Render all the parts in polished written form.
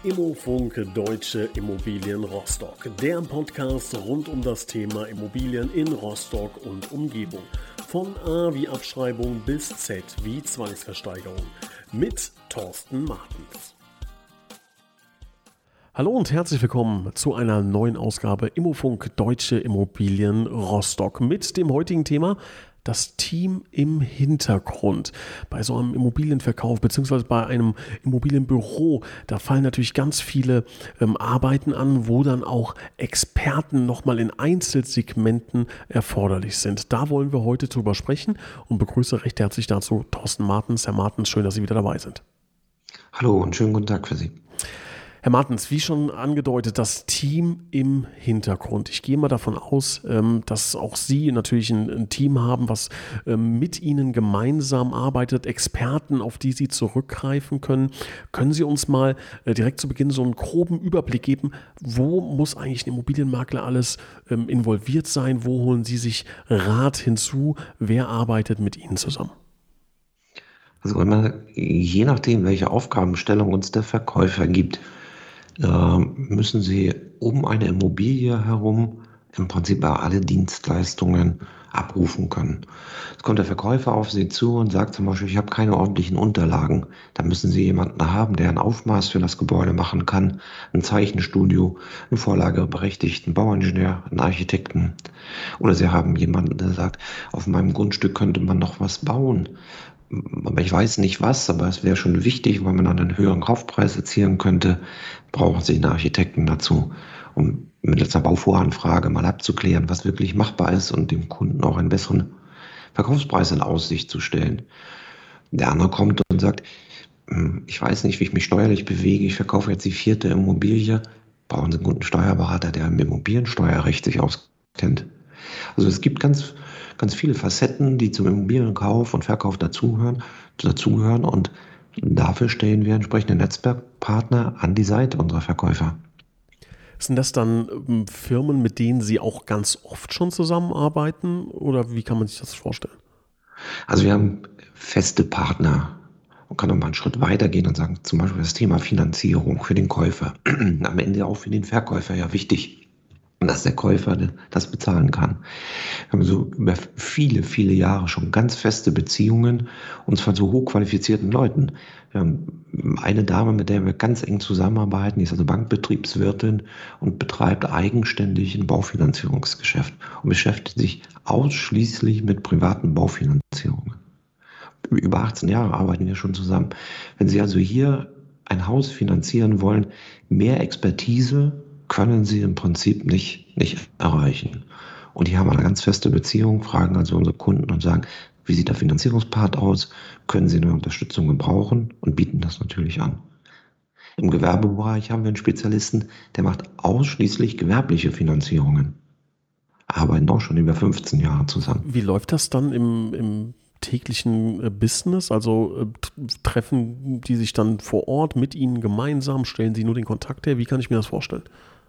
Immofunk Deutsche Immobilien Rostock, der Podcast rund um das Thema Immobilien in Rostock und Umgebung. Von A wie Abschreibung bis Z wie Zwangsversteigerung mit Thorsten Martens. Hallo und herzlich willkommen zu einer neuen Ausgabe Immofunk Deutsche Immobilien Rostock mit dem heutigen Thema das Team im Hintergrund. Bei so einem Immobilienverkauf bzw. bei einem Immobilienbüro, da fallen natürlich ganz viele Arbeiten an, wo dann auch Experten nochmal in Einzelsegmenten erforderlich sind. Da wollen wir heute drüber sprechen und begrüße recht herzlich dazu Thorsten Martens. Herr Martens, schön, dass Sie wieder dabei sind. Hallo und schönen guten Tag für Sie. Herr Martens, wie schon angedeutet, das Team im Hintergrund. Ich gehe mal davon aus, dass auch Sie natürlich ein Team haben, was mit Ihnen gemeinsam arbeitet, Experten, auf die Sie zurückgreifen können. Können Sie uns mal direkt zu Beginn so einen groben Überblick geben, wo muss eigentlich ein Immobilienmakler alles involviert sein? Wo holen Sie sich Rat hinzu? Wer arbeitet mit Ihnen zusammen? Also immer, je nachdem, welche Aufgabenstellung uns der Verkäufer gibt, müssen Sie um eine Immobilie herum im Prinzip alle Dienstleistungen abrufen können. Es kommt der Verkäufer auf Sie zu und sagt zum Beispiel, ich habe keine ordentlichen Unterlagen. Da müssen Sie jemanden haben, der ein Aufmaß für das Gebäude machen kann, ein Zeichenstudio, einen Vorlageberechtigten Bauingenieur, einen Architekten. Oder Sie haben jemanden, der sagt, auf meinem Grundstück könnte man noch was bauen. Aber ich weiß nicht was, aber es wäre schon wichtig, weil man dann einen höheren Kaufpreis erzielen könnte, brauchen Sie einen Architekten dazu, um mittels einer Bauvoranfrage mal abzuklären, was wirklich machbar ist und dem Kunden auch einen besseren Verkaufspreis in Aussicht zu stellen. Der andere kommt und sagt, ich weiß nicht, wie ich mich steuerlich bewege, ich verkaufe jetzt die 4. Immobilie, brauchen Sie einen guten Steuerberater, der im Immobiliensteuerrecht sich auskennt. Also es gibt ganz viele Facetten, die zum Immobilienkauf und Verkauf dazugehören und dafür stellen wir entsprechende Netzwerkpartner an die Seite unserer Verkäufer. Sind das dann Firmen, mit denen Sie auch ganz oft schon zusammenarbeiten oder wie kann man sich das vorstellen? Also wir haben feste Partner. Man kann noch mal einen Schritt weiter gehen und sagen, zum Beispiel das Thema Finanzierung für den Käufer, am Ende auch für den Verkäufer ja wichtig, dass der Käufer das bezahlen kann. Wir haben so über viele, viele Jahre schon ganz feste Beziehungen und zwar zu hochqualifizierten Leuten. Wir haben eine Dame, mit der wir ganz eng zusammenarbeiten, die ist also Bankbetriebswirtin und betreibt eigenständig ein Baufinanzierungsgeschäft und beschäftigt sich ausschließlich mit privaten Baufinanzierungen. Über 18 Jahre arbeiten wir schon zusammen. Wenn Sie also hier ein Haus finanzieren wollen, mehr Expertise können Sie im Prinzip nicht erreichen. Und hier haben wir eine ganz feste Beziehung, fragen also unsere Kunden und sagen, wie sieht der Finanzierungspart aus? Können Sie eine Unterstützung gebrauchen? Und bieten das natürlich an. Im Gewerbebereich haben wir einen Spezialisten, der macht ausschließlich gewerbliche Finanzierungen. Arbeiten auch schon über 15 Jahre zusammen. Wie läuft das dann im täglichen Business? Also treffen die sich dann vor Ort mit Ihnen gemeinsam? Stellen Sie nur den Kontakt her? Wie kann ich mir das vorstellen?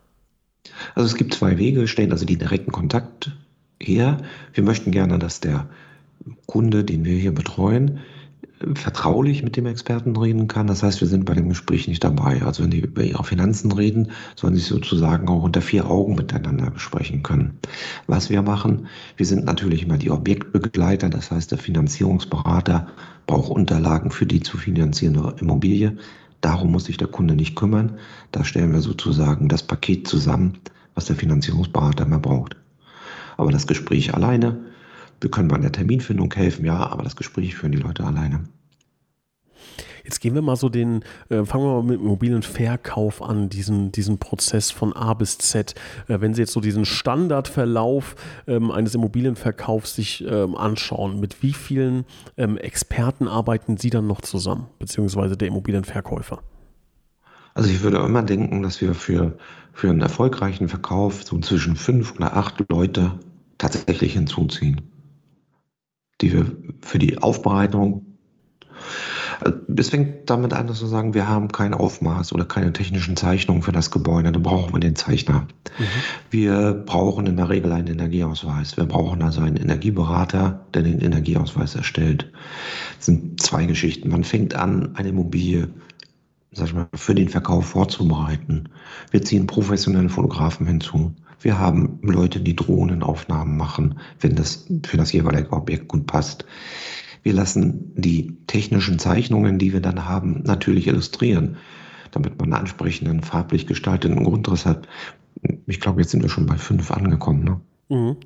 Also es gibt 2 Wege, stellen also die direkten Kontakt her. Wir möchten gerne, dass der Kunde, den wir hier betreuen, vertraulich mit dem Experten reden kann. Das heißt, wir sind bei dem Gespräch nicht dabei. Also wenn die über ihre Finanzen reden, sollen sie sozusagen auch unter 4 Augen miteinander besprechen können. Was wir machen, wir sind natürlich immer die Objektbegleiter. Das heißt, der Finanzierungsberater braucht Unterlagen für die zu finanzierende Immobilie. Darum muss sich der Kunde nicht kümmern. Da stellen wir sozusagen das Paket zusammen, was der Finanzierungsberater mehr braucht. Aber das Gespräch alleine, wir können bei der Terminfindung helfen, ja, aber das Gespräch führen die Leute alleine. Jetzt gehen wir mal so fangen wir mal mit dem Immobilienverkauf an, diesen Prozess von A bis Z. Wenn Sie jetzt so diesen Standardverlauf eines Immobilienverkaufs sich anschauen, mit wie vielen Experten arbeiten Sie dann noch zusammen, beziehungsweise der Immobilienverkäufer? Also ich würde immer denken, dass wir für einen erfolgreichen Verkauf so zwischen 5 oder 8 Leute tatsächlich hinzuziehen, die wir für die Aufbereitung. Es fängt damit an, dass wir sagen, wir haben kein Aufmaß oder keine technischen Zeichnungen für das Gebäude, dann brauchen wir den Zeichner. Wir brauchen in der Regel einen Energieausweis. Wir brauchen also einen Energieberater, der den Energieausweis erstellt. Das sind 2 Geschichten. Man fängt an, eine Immobilie sag ich mal, für den Verkauf vorzubereiten. Wir ziehen professionelle Fotografen hinzu. Wir haben Leute, die Drohnenaufnahmen machen, wenn das für das jeweilige Objekt gut passt. Wir lassen die technischen Zeichnungen, die wir dann haben, natürlich illustrieren, damit man einen ansprechenden, farblich gestalteten Grundriss hat. Ich glaube, jetzt sind wir schon bei 5 angekommen, ne? Mhm.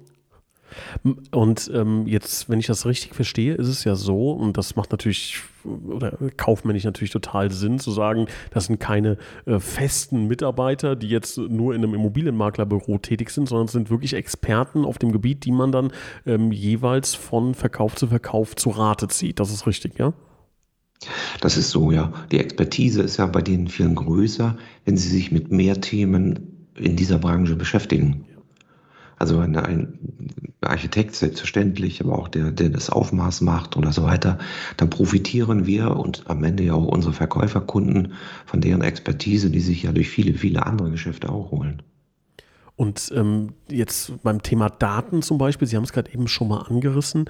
Und jetzt, wenn ich das richtig verstehe, ist es ja so, und das macht natürlich oder kaufmännisch natürlich total Sinn, zu sagen, das sind keine festen Mitarbeiter, die jetzt nur in einem Immobilienmaklerbüro tätig sind, sondern es sind wirklich Experten auf dem Gebiet, die man dann jeweils von Verkauf zu Rate zieht. Das ist richtig, ja? Das ist so, ja. Die Expertise ist ja bei denen viel größer, wenn sie sich mit mehr Themen in dieser Branche beschäftigen. Also ein Architekt selbstverständlich, aber auch der das Aufmaß macht oder so weiter, dann profitieren wir und am Ende ja auch unsere Verkäuferkunden von deren Expertise, die sich ja durch viele, viele andere Geschäfte auch holen. Und jetzt beim Thema Daten zum Beispiel, Sie haben es gerade eben schon mal angerissen,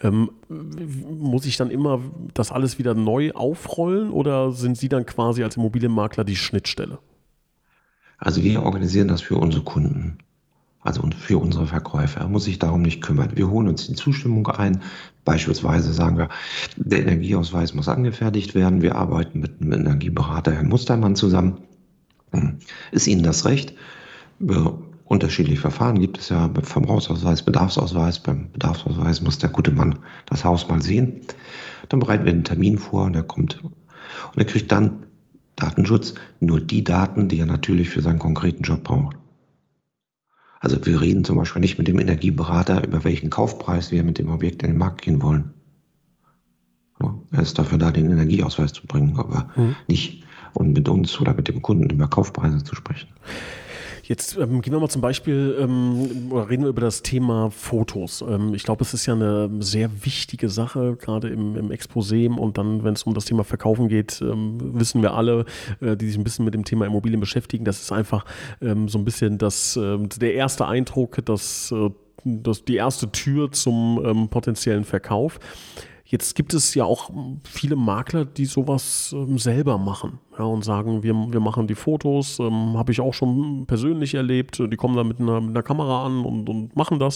muss ich dann immer das alles wieder neu aufrollen oder sind Sie dann quasi als Immobilienmakler die Schnittstelle? Also wir organisieren das für unsere Kunden. Also und für unsere Verkäufer. Er muss sich darum nicht kümmern. Wir holen uns die Zustimmung ein. Beispielsweise sagen wir, der Energieausweis muss angefertigt werden. Wir arbeiten mit einem Energieberater, Herrn Mustermann, zusammen. Ist Ihnen das recht? Unterschiedliche Verfahren gibt es ja beim Verbrauchsausweis, Bedarfsausweis. Beim Bedarfsausweis muss der gute Mann das Haus mal sehen. Dann bereiten wir einen Termin vor und er kommt. Und er kriegt dann Datenschutz nur die Daten, die er natürlich für seinen konkreten Job braucht. Also wir reden zum Beispiel nicht mit dem Energieberater, über welchen Kaufpreis wir mit dem Objekt in den Markt gehen wollen. Ja, er ist dafür da, den Energieausweis zu bringen, aber nicht, um mit uns oder mit dem Kunden über Kaufpreise zu sprechen. Jetzt gehen wir mal zum Beispiel, oder reden wir über das Thema Fotos. Ich glaube, es ist ja eine sehr wichtige Sache, gerade im Exposé und dann, wenn es um das Thema Verkaufen geht, wissen wir alle, die sich ein bisschen mit dem Thema Immobilien beschäftigen, das ist einfach so ein bisschen der erste Eindruck, die erste Tür zum potenziellen Verkauf. Jetzt gibt es ja auch viele Makler, die sowas selber machen, ja, und sagen, wir machen die Fotos, habe ich auch schon persönlich erlebt, die kommen da mit einer Kamera an und machen das.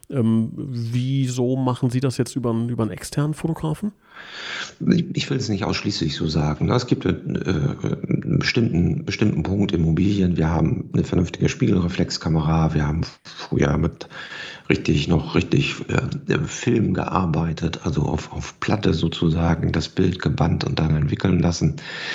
Wieso machen Sie das jetzt über einen externen Fotografen? Ich will es nicht ausschließlich so sagen. Es gibt einen bestimmten Punkt Immobilien. Wir haben eine vernünftige Spiegelreflexkamera. Wir haben früher mit richtig Film gearbeitet, also auf Platte sozusagen das Bild gebannt und dann entwickeln lassen.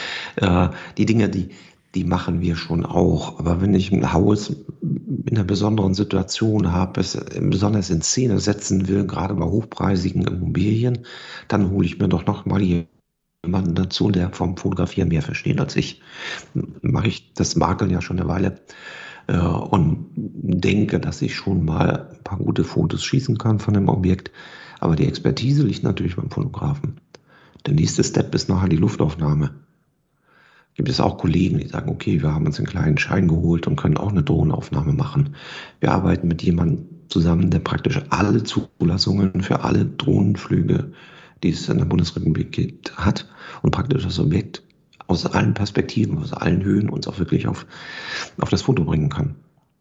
Die Dinge, die machen wir schon auch. Aber wenn ich ein Haus in einer besonderen Situation habe, es besonders in Szene setzen will, gerade bei hochpreisigen Immobilien, dann hole ich mir doch noch mal jemanden dazu, der vom Fotografieren mehr versteht als ich. Mache ich das Makeln ja schon eine Weile und denke, dass ich schon mal ein paar gute Fotos schießen kann von dem Objekt. Aber die Expertise liegt natürlich beim Fotografen. Der nächste Step ist nachher die Luftaufnahme. Gibt es auch Kollegen, die sagen, okay, wir haben uns einen kleinen Schein geholt und können auch eine Drohnenaufnahme machen. Wir arbeiten mit jemandem zusammen, der praktisch alle Zulassungen für alle Drohnenflüge, die es in der Bundesrepublik gibt, hat und praktisch das Objekt aus allen Perspektiven, aus allen Höhen uns auch wirklich auf das Foto bringen kann.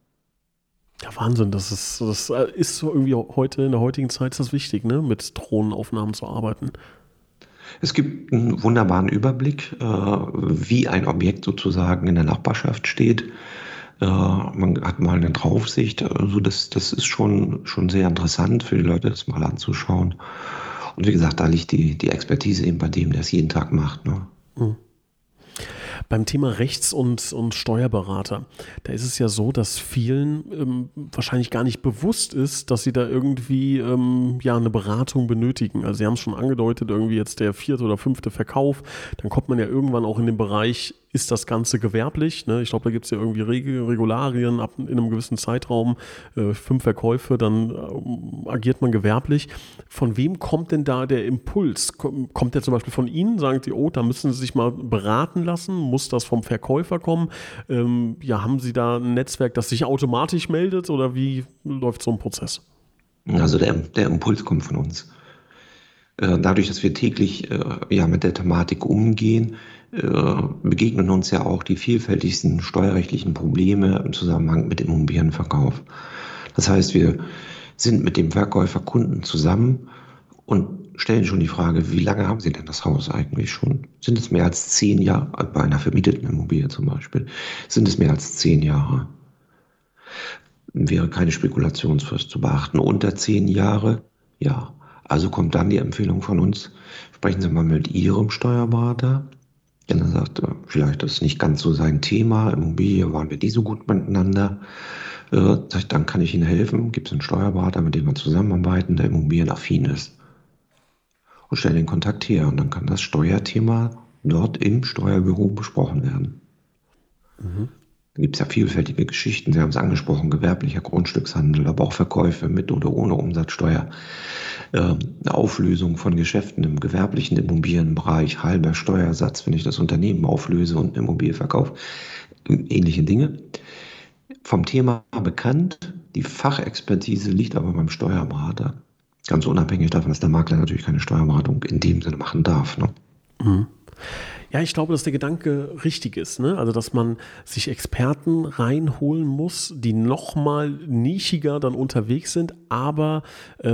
Ja, Wahnsinn, das ist so irgendwie heute, in der heutigen Zeit ist das wichtig, ne, mit Drohnenaufnahmen zu arbeiten. Es gibt einen wunderbaren Überblick, wie ein Objekt sozusagen in der Nachbarschaft steht. Man hat mal eine Draufsicht. Also das ist schon sehr interessant für die Leute, das mal anzuschauen. Und wie gesagt, da liegt die Expertise eben bei dem, der es jeden Tag macht. Ne? Mhm. Beim Thema Rechts- und Steuerberater, da ist es ja so, dass vielen wahrscheinlich gar nicht bewusst ist, dass sie da irgendwie eine Beratung benötigen. Also Sie haben es schon angedeutet, irgendwie jetzt der 4. oder 5. Verkauf, dann kommt man ja irgendwann auch in den Bereich, ist das Ganze gewerblich? Ne? Ich glaube, da gibt es ja irgendwie Regularien ab in einem gewissen Zeitraum, 5 Verkäufe, dann agiert man gewerblich. Von wem kommt denn da der Impuls? Kommt der zum Beispiel von Ihnen? Sagen Sie, oh, da müssen Sie sich mal beraten lassen? Muss das vom Verkäufer kommen? Haben Sie da ein Netzwerk, das sich automatisch meldet oder wie läuft so ein Prozess? Also der Impuls kommt von uns. Dadurch, dass wir täglich mit der Thematik umgehen, begegnen uns ja auch die vielfältigsten steuerrechtlichen Probleme im Zusammenhang mit Immobilienverkauf. Das heißt, wir sind mit dem Verkäuferkunden zusammen und stellen schon die Frage, wie lange haben Sie denn das Haus eigentlich schon? Sind es mehr als 10 Jahre, bei einer vermieteten Immobilie zum Beispiel, sind es mehr als 10 Jahre? Wäre keine Spekulationsfrist zu beachten. Unter 10 Jahre, ja. Also kommt dann die Empfehlung von uns, sprechen Sie mal mit Ihrem Steuerberater. Wenn er sagt, vielleicht ist es nicht ganz so sein Thema, Immobilie waren wir nie so gut miteinander, dann kann ich Ihnen helfen. Gibt es einen Steuerberater, mit dem wir zusammenarbeiten, der immobilienaffin ist. Und stelle den Kontakt her und dann kann das Steuerthema dort im Steuerbüro besprochen werden. Da gibt es ja vielfältige Geschichten. Sie haben es angesprochen, gewerblicher Grundstückshandel, aber auch Verkäufe mit oder ohne Umsatzsteuer, Auflösung von Geschäften im gewerblichen Immobilienbereich, halber Steuersatz, wenn ich das Unternehmen auflöse und eine Immobilie verkaufe, ähnliche Dinge. Vom Thema bekannt, die Fachexpertise liegt aber beim Steuerberater. Ganz unabhängig davon, dass der Makler natürlich keine Steuerberatung in dem Sinne machen darf. Ne? Mhm. Ja, ich glaube, dass der Gedanke richtig ist, ne? Also, dass man sich Experten reinholen muss, die nochmal nischiger dann unterwegs sind, aber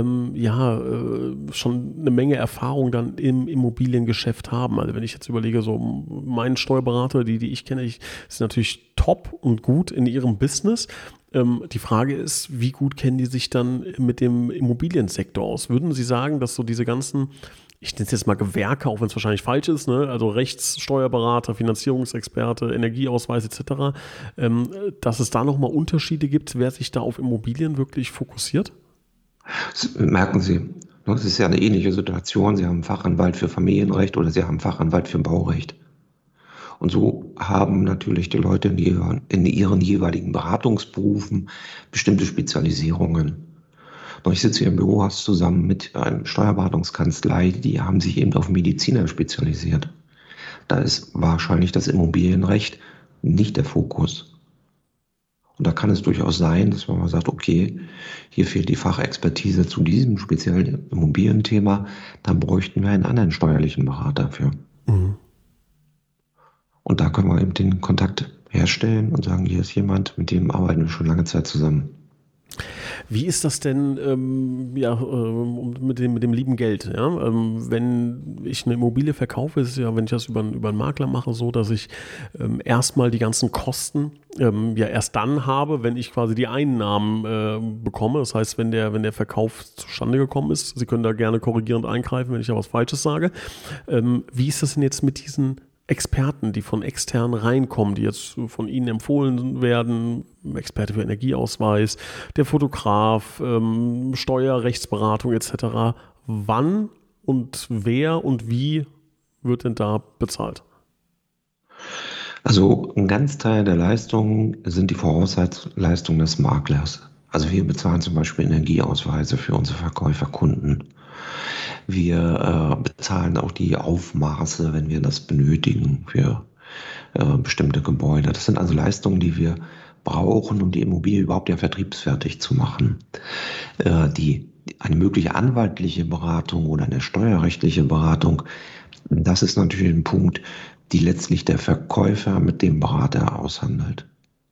schon eine Menge Erfahrung dann im Immobiliengeschäft haben. Also, wenn ich jetzt überlege, so meinen Steuerberater, die ich kenne, sind natürlich top und gut in ihrem Business. Die Frage ist, wie gut kennen die sich dann mit dem Immobiliensektor aus? Würden Sie sagen, dass so diese ganzen, ich nenne es jetzt mal Gewerke, auch wenn es wahrscheinlich falsch ist, ne? Also Rechtssteuerberater, Finanzierungsexperte, Energieausweis etc., dass es da nochmal Unterschiede gibt, wer sich da auf Immobilien wirklich fokussiert? Das merken Sie. Es ist ja eine ähnliche Situation. Sie haben einen Fachanwalt für Familienrecht oder Sie haben einen Fachanwalt für Baurecht. Und so haben natürlich die Leute in ihren jeweiligen Beratungsberufen bestimmte Spezialisierungen. Ich sitze hier im Büro, hast zusammen mit einer Steuerberatungskanzlei, die haben sich eben auf Mediziner spezialisiert. Da ist wahrscheinlich das Immobilienrecht nicht der Fokus. Und da kann es durchaus sein, dass man mal sagt, okay, hier fehlt die Fachexpertise zu diesem speziellen Immobilienthema, dann bräuchten wir einen anderen steuerlichen Berater für. Mhm. Und da können wir eben den Kontakt herstellen und sagen, hier ist jemand, mit dem arbeiten wir schon lange Zeit zusammen. Wie ist das denn mit dem lieben Geld? Ja? Wenn ich eine Immobilie verkaufe, ist es ja, wenn ich das über einen Makler mache, so, dass ich erstmal die ganzen Kosten erst dann habe, wenn ich quasi die Einnahmen bekomme. Das heißt, wenn der Verkauf zustande gekommen ist, Sie können da gerne korrigierend eingreifen, wenn ich da was Falsches sage. Wie ist das denn jetzt mit diesen Experten, die von extern reinkommen, die jetzt von Ihnen empfohlen werden, Experte für Energieausweis, der Fotograf, Steuerrechtsberatung etc. Wann und wer und wie wird denn da bezahlt? Also ein ganz Teil der Leistungen sind die Voraussetzungsleistungen des Maklers. Also wir bezahlen zum Beispiel Energieausweise für unsere Verkäuferkunden. Wir bezahlen auch die Aufmaße, wenn wir das benötigen für bestimmte Gebäude. Das sind also Leistungen, die wir brauchen, um die Immobilie überhaupt ja vertriebsfertig zu machen. Eine mögliche anwaltliche Beratung oder eine steuerrechtliche Beratung, das ist natürlich ein Punkt, die letztlich der Verkäufer mit dem Berater aushandelt.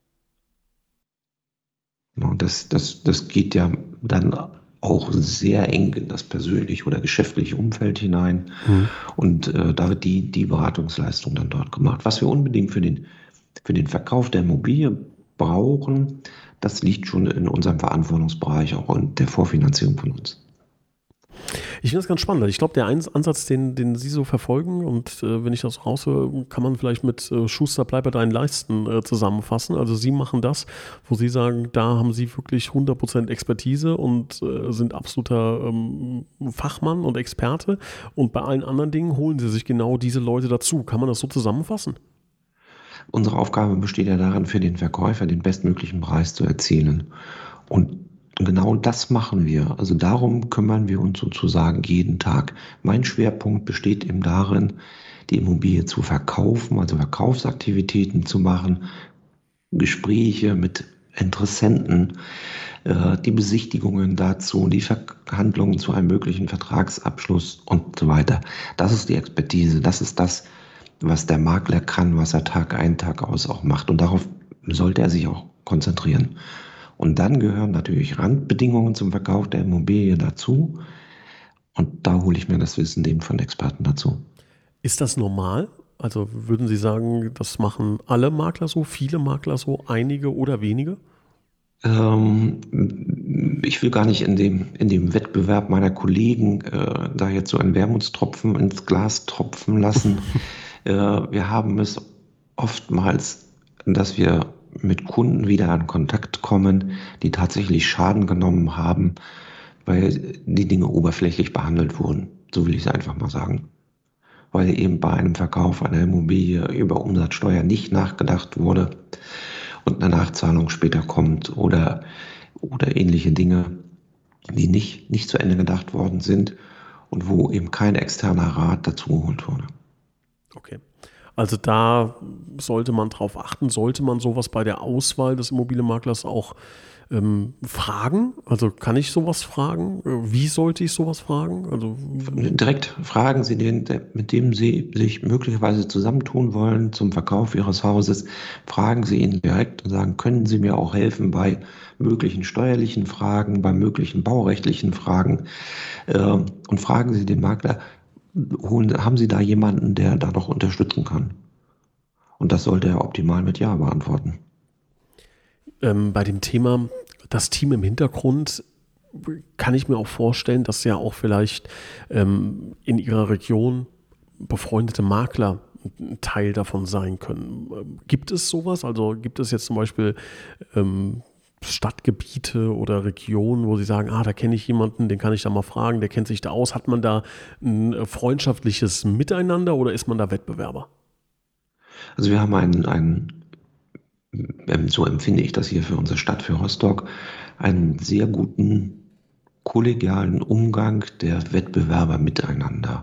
Und das geht ja dann auch sehr eng in das persönliche oder geschäftliche Umfeld hinein. Mhm. Und da wird die Beratungsleistung dann dort gemacht. Was wir unbedingt für den Verkauf der Immobilie brauchen, das liegt schon in unserem Verantwortungsbereich, auch in der Vorfinanzierung von uns. Ich finde das ganz spannend. Ich glaube, der Ansatz, den Sie so verfolgen, und wenn ich das raushöre, kann man vielleicht mit Schuster, bleib bei deinen Leisten zusammenfassen. Also Sie machen das, wo Sie sagen, da haben Sie wirklich 100% Expertise und sind absoluter Fachmann und Experte. Und bei allen anderen Dingen holen Sie sich genau diese Leute dazu. Kann man das so zusammenfassen? Unsere Aufgabe besteht ja darin, für den Verkäufer den bestmöglichen Preis zu erzielen. Und genau das machen wir. Also darum kümmern wir uns sozusagen jeden Tag. Mein Schwerpunkt besteht eben darin, die Immobilie zu verkaufen, also Verkaufsaktivitäten zu machen, Gespräche mit Interessenten, die Besichtigungen dazu, die Verhandlungen zu einem möglichen Vertragsabschluss und so weiter. Das ist die Expertise, das ist das, was der Makler kann, was er Tag ein, Tag aus auch macht. Und darauf sollte er sich auch konzentrieren. Und dann gehören natürlich Randbedingungen zum Verkauf der Immobilie dazu. Und da hole ich mir das Wissen eben von Experten dazu. Ist das normal? Also würden Sie sagen, das machen alle Makler so, viele Makler so, einige oder wenige? Ich will gar nicht in dem Wettbewerb meiner Kollegen da jetzt so einen Wermutstropfen ins Glas tropfen lassen. Wir haben es oftmals, dass wir mit Kunden wieder in Kontakt kommen, die tatsächlich Schaden genommen haben, weil die Dinge oberflächlich behandelt wurden. So will ich es einfach mal sagen. Weil eben bei einem Verkauf einer Immobilie über Umsatzsteuer nicht nachgedacht wurde und eine Nachzahlung später kommt oder ähnliche Dinge, die nicht zu Ende gedacht worden sind und wo eben kein externer Rat dazu geholt wurde. Okay. Also da sollte man drauf achten, sollte man sowas bei der Auswahl des Immobilienmaklers auch fragen? Also kann ich sowas fragen? Wie sollte ich sowas fragen? Also Direkt fragen Sie den, mit dem Sie sich möglicherweise zusammentun wollen zum Verkauf Ihres Hauses. Fragen Sie ihn direkt und sagen, können Sie mir auch helfen bei möglichen steuerlichen Fragen, bei möglichen baurechtlichen Fragen? Und fragen Sie den Makler, haben Sie da jemanden, der da noch unterstützen kann? Und das sollte er optimal mit Ja beantworten. bei dem Thema das Team im Hintergrund kann ich mir auch vorstellen, dass ja auch vielleicht in Ihrer Region befreundete Makler ein Teil davon sein können. Gibt es sowas? Also gibt es jetzt zum Beispiel Stadtgebiete oder Regionen, wo Sie sagen, da kenne ich jemanden, den kann ich da mal fragen, der kennt sich da aus. Hat man da ein freundschaftliches Miteinander oder ist man da Wettbewerber? Also wir haben so empfinde ich das hier für unsere Stadt, für Rostock, einen sehr guten kollegialen Umgang der Wettbewerber miteinander.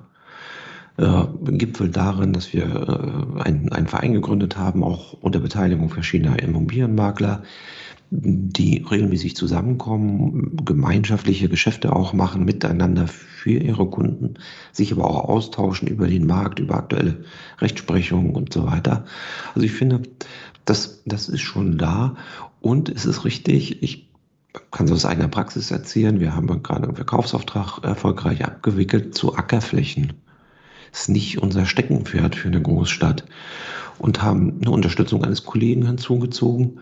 Gipfelt darin, dass wir einen Verein gegründet haben, auch unter Beteiligung verschiedener Immobilienmakler, die regelmäßig zusammenkommen, gemeinschaftliche Geschäfte auch machen, miteinander für ihre Kunden, sich aber auch austauschen über den Markt, über aktuelle Rechtsprechung und so weiter. Also ich finde, das ist schon da und es ist richtig, ich kann so aus eigener Praxis erzählen, wir haben gerade einen Verkaufsauftrag erfolgreich abgewickelt zu Ackerflächen. Das ist nicht unser Steckenpferd für eine Großstadt und haben eine Unterstützung eines Kollegen hinzugezogen,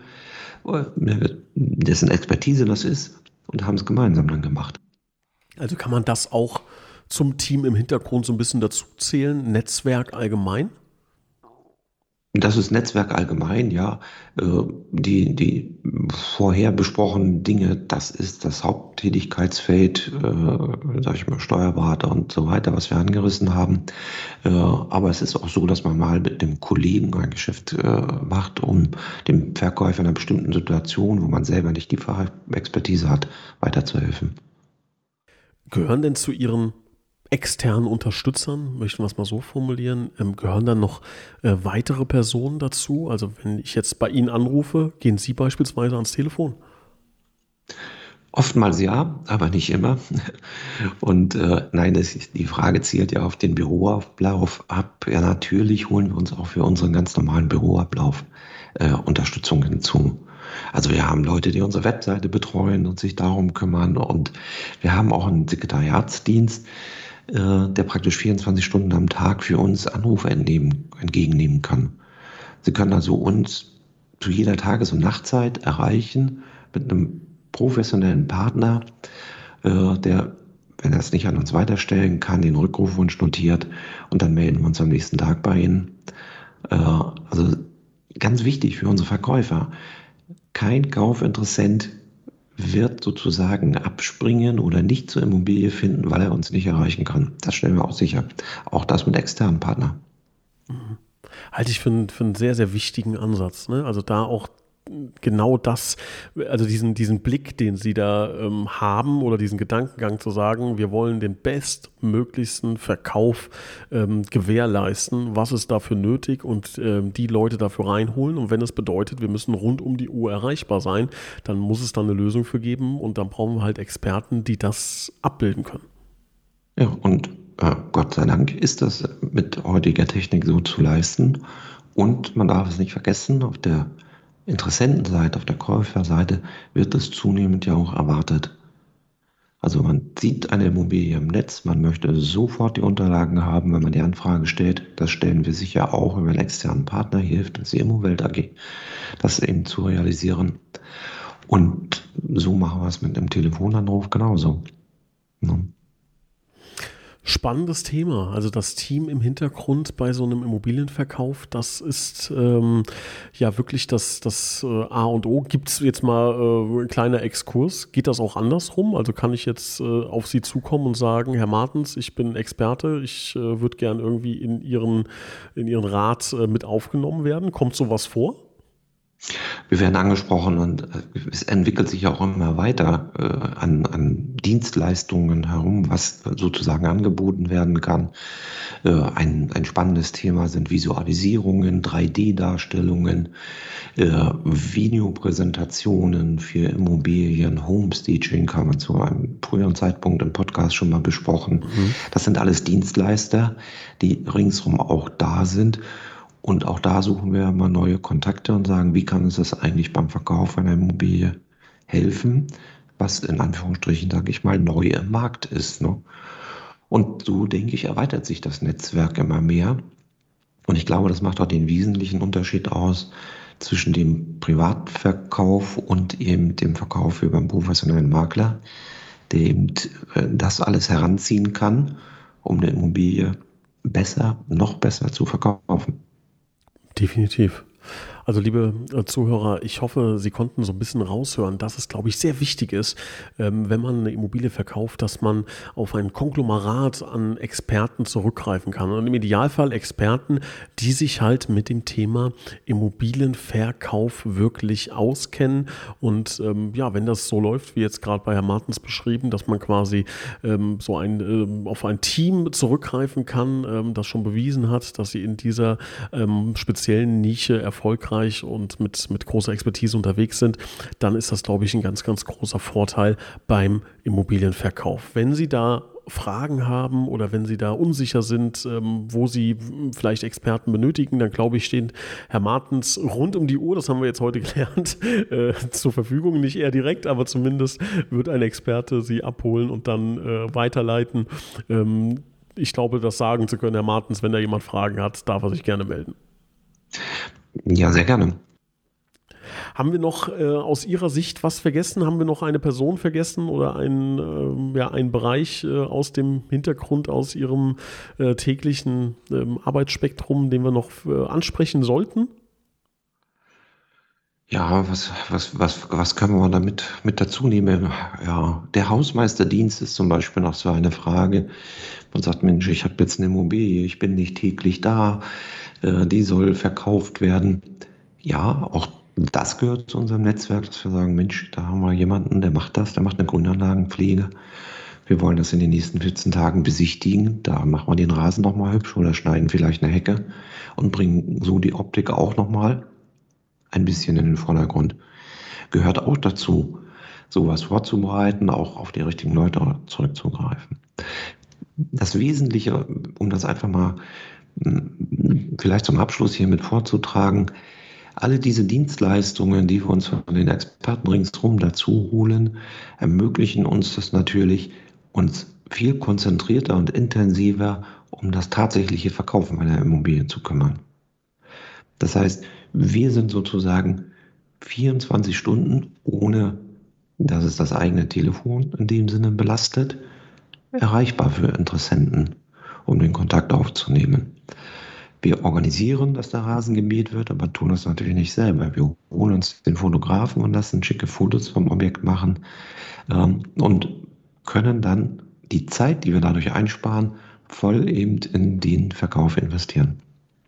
dessen Expertise das ist und haben es gemeinsam dann gemacht. Also kann man das auch zum Team im Hintergrund so ein bisschen dazu zählen, Netzwerk allgemein? Das ist Netzwerk allgemein, ja. Die vorher besprochenen Dinge, das ist das Haupttätigkeitsfeld, sag ich mal, Steuerberater und so weiter, was wir angerissen haben. Aber es ist auch so, dass man mal mit dem Kollegen ein Geschäft macht, um dem Verkäufer in einer bestimmten Situation, wo man selber nicht die Fachexpertise hat, weiterzuhelfen. Gehören denn zu Ihren externen Unterstützern, möchten wir es mal so formulieren, gehören dann noch weitere Personen dazu? Also wenn ich jetzt bei Ihnen anrufe, gehen Sie beispielsweise ans Telefon? Oftmals ja, aber nicht immer. Und nein, die Frage zielt ja auf den Büroablauf ab. Ja, natürlich holen wir uns auch für unseren ganz normalen Büroablauf Unterstützung hinzu. Also wir haben Leute, die unsere Webseite betreuen und sich darum kümmern. Und wir haben auch einen Sekretariatsdienst, der praktisch 24 Stunden am Tag für uns Anrufe entgegennehmen kann. Sie können also uns zu jeder Tages- und Nachtzeit erreichen mit einem professionellen Partner, der, wenn er es nicht an uns weiterstellen kann, den Rückrufwunsch notiert und dann melden wir uns am nächsten Tag bei Ihnen. Also ganz wichtig für unsere Verkäufer. Kein Kaufinteressent wird sozusagen abspringen oder nicht zur Immobilie finden, weil er uns nicht erreichen kann. Das stellen wir auch sicher. Auch das mit externen Partnern. Halte ich für einen sehr, sehr wichtigen Ansatz. Ne? Also da auch genau das, also diesen Blick, den Sie da haben oder diesen Gedankengang zu sagen, wir wollen den bestmöglichsten Verkauf gewährleisten, was ist dafür nötig und die Leute dafür reinholen und wenn es bedeutet, wir müssen rund um die Uhr erreichbar sein, dann muss es da eine Lösung für geben und dann brauchen wir halt Experten, die das abbilden können. Ja, und Gott sei Dank ist das mit heutiger Technik so zu leisten. Und man darf es nicht vergessen, auf der Interessentenseite, auf der Käuferseite wird es zunehmend ja auch erwartet. Also man sieht eine Immobilie im Netz, man möchte sofort die Unterlagen haben, wenn man die Anfrage stellt. Das stellen wir sicher auch über einen externen Partner, hier hilft uns die Immowelt AG, das eben zu realisieren. Und so machen wir es mit einem Telefonanruf genauso. Ne? Spannendes Thema. Also das Team im Hintergrund bei so einem Immobilienverkauf, das ist ja wirklich das A und O. Gibt es jetzt mal ein kleiner Exkurs? Geht das auch andersrum? Also kann ich jetzt auf Sie zukommen und sagen, Herr Martens, ich bin Experte, ich würde gern irgendwie in Ihren Rat mit aufgenommen werden. Kommt sowas vor? Wir werden angesprochen und es entwickelt sich auch immer weiter an Dienstleistungen herum, was sozusagen angeboten werden kann. Ein spannendes Thema sind Visualisierungen, 3D-Darstellungen, Videopräsentationen für Immobilien, Homestaging haben wir zu einem früheren Zeitpunkt im Podcast schon mal besprochen. Das sind alles Dienstleister, die ringsherum auch da sind. Und auch da suchen wir mal neue Kontakte und sagen, wie kann uns das eigentlich beim Verkauf einer Immobilie helfen, was in Anführungsstrichen, sage ich mal, neu im Markt ist. Ne? Und so, denke ich, erweitert sich das Netzwerk immer mehr. Und ich glaube, das macht auch den wesentlichen Unterschied aus zwischen dem Privatverkauf und eben dem Verkauf über einen professionellen Makler, der eben das alles heranziehen kann, um eine Immobilie noch besser zu verkaufen. Definitiv. Also liebe Zuhörer, ich hoffe, Sie konnten so ein bisschen raushören, dass es, glaube ich, sehr wichtig ist, wenn man eine Immobilie verkauft, dass man auf ein Konglomerat an Experten zurückgreifen kann. Und im Idealfall Experten, die sich halt mit dem Thema Immobilienverkauf wirklich auskennen. Und ja, wenn das so läuft, wie jetzt gerade bei Herrn Martens beschrieben, dass man quasi auf ein Team zurückgreifen kann, das schon bewiesen hat, dass sie in dieser speziellen Nische erfolgreich und mit großer Expertise unterwegs sind, dann ist das, glaube ich, ein ganz, ganz großer Vorteil beim Immobilienverkauf. Wenn Sie da Fragen haben oder wenn Sie da unsicher sind, wo Sie vielleicht Experten benötigen, dann glaube ich, stehen Herr Martens rund um die Uhr, das haben wir jetzt heute gelernt, zur Verfügung, nicht eher direkt, aber zumindest wird ein Experte Sie abholen und dann weiterleiten. Ich glaube, das sagen zu können, Herr Martens, wenn da jemand Fragen hat, darf er sich gerne melden. Ja, sehr gerne. Haben wir noch aus Ihrer Sicht was vergessen? Haben wir noch eine Person vergessen oder einen Bereich aus dem Hintergrund, aus Ihrem täglichen Arbeitsspektrum, den wir noch ansprechen sollten? Ja, was können wir damit mit dazu nehmen? Ja, der Hausmeisterdienst ist zum Beispiel noch so eine Frage. Man sagt, Mensch, ich habe jetzt eine Immobilie, ich bin nicht täglich da, die soll verkauft werden. Ja, auch das gehört zu unserem Netzwerk, dass wir sagen, Mensch, da haben wir jemanden, der macht das, der macht eine Grünanlagenpflege. Wir wollen das in den nächsten 14 Tagen besichtigen. Da machen wir den Rasen nochmal hübsch oder schneiden vielleicht eine Hecke und bringen so die Optik auch nochmal ein bisschen in den Vordergrund. Gehört auch dazu, sowas vorzubereiten, auch auf die richtigen Leute zurückzugreifen. Das Wesentliche, um das einfach mal vielleicht zum Abschluss hier mit vorzutragen, alle diese Dienstleistungen, die wir uns von den Experten ringsherum dazu holen, ermöglichen uns das natürlich, uns viel konzentrierter und intensiver um das tatsächliche Verkaufen einer Immobilie zu kümmern. Das heißt, wir sind sozusagen 24 Stunden, ohne dass es das eigene Telefon in dem Sinne belastet, erreichbar für Interessenten, um den Kontakt aufzunehmen. Wir organisieren, dass der Rasen gemäht wird, aber tun das natürlich nicht selber. Wir holen uns den Fotografen und lassen schicke Fotos vom Objekt machen und können dann die Zeit, die wir dadurch einsparen, voll eben in den Verkauf investieren.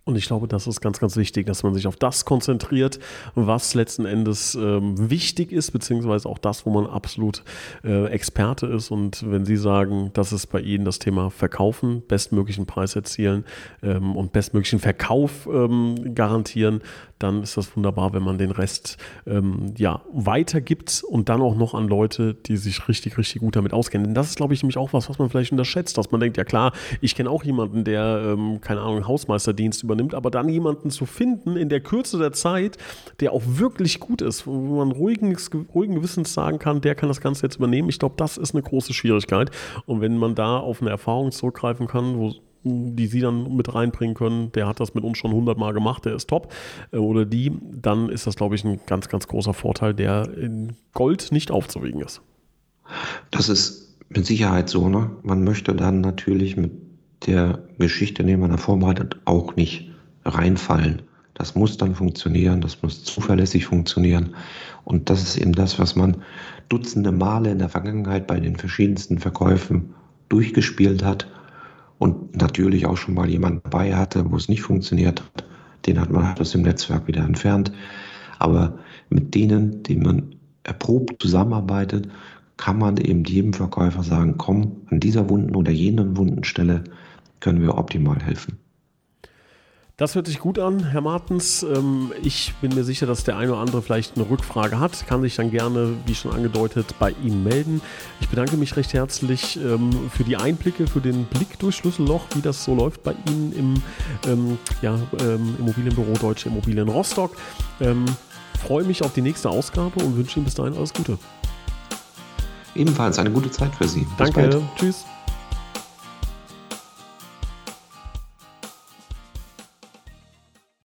Und ich glaube, das ist ganz, ganz wichtig, dass man sich auf das konzentriert, was letzten Endes wichtig ist, beziehungsweise auch das, wo man absolut Experte ist. Und wenn Sie sagen, das ist bei Ihnen das Thema Verkaufen, bestmöglichen Preis erzielen und bestmöglichen Verkauf garantieren, dann ist das wunderbar, wenn man den Rest weitergibt und dann auch noch an Leute, die sich richtig, richtig gut damit auskennen. Denn das ist, glaube ich, nämlich auch was man vielleicht unterschätzt, dass man denkt, ja klar, ich kenne auch jemanden, der, keine Ahnung, Hausmeisterdienst übernimmt, aber dann jemanden zu finden in der Kürze der Zeit, der auch wirklich gut ist, wo man ruhigen Gewissens sagen kann, der kann das Ganze jetzt übernehmen. Ich glaube, das ist eine große Schwierigkeit. Und wenn man da auf eine Erfahrung zurückgreifen kann, die Sie dann mit reinbringen können, der hat das mit uns schon 100 Mal gemacht, der ist top, oder die, dann ist das, glaube ich, ein ganz, ganz großer Vorteil, der in Gold nicht aufzuwiegen ist. Das ist mit Sicherheit so, ne? Man möchte dann natürlich mit der Geschichte, die man da vorbereitet, auch nicht reinfallen. Das muss dann funktionieren, das muss zuverlässig funktionieren. Und das ist eben das, was man dutzende Male in der Vergangenheit bei den verschiedensten Verkäufen durchgespielt hat und natürlich auch schon mal jemand dabei hatte, wo es nicht funktioniert hat. Den hat man halt aus dem Netzwerk wieder entfernt. Aber mit denen, die man erprobt zusammenarbeitet, kann man eben jedem Verkäufer sagen, komm, an dieser wunden oder jenen wunden Stelle können wir optimal helfen. Das hört sich gut an, Herr Martens. Ich bin mir sicher, dass der eine oder andere vielleicht eine Rückfrage hat. Kann sich dann gerne, wie schon angedeutet, bei Ihnen melden. Ich bedanke mich recht herzlich für die Einblicke, für den Blick durch Schlüsselloch, wie das so läuft bei Ihnen im Immobilienbüro Deutsche Immobilien Rostock. Freue mich auf die nächste Ausgabe und wünsche Ihnen bis dahin alles Gute. Ebenfalls eine gute Zeit für Sie. Danke, tschüss.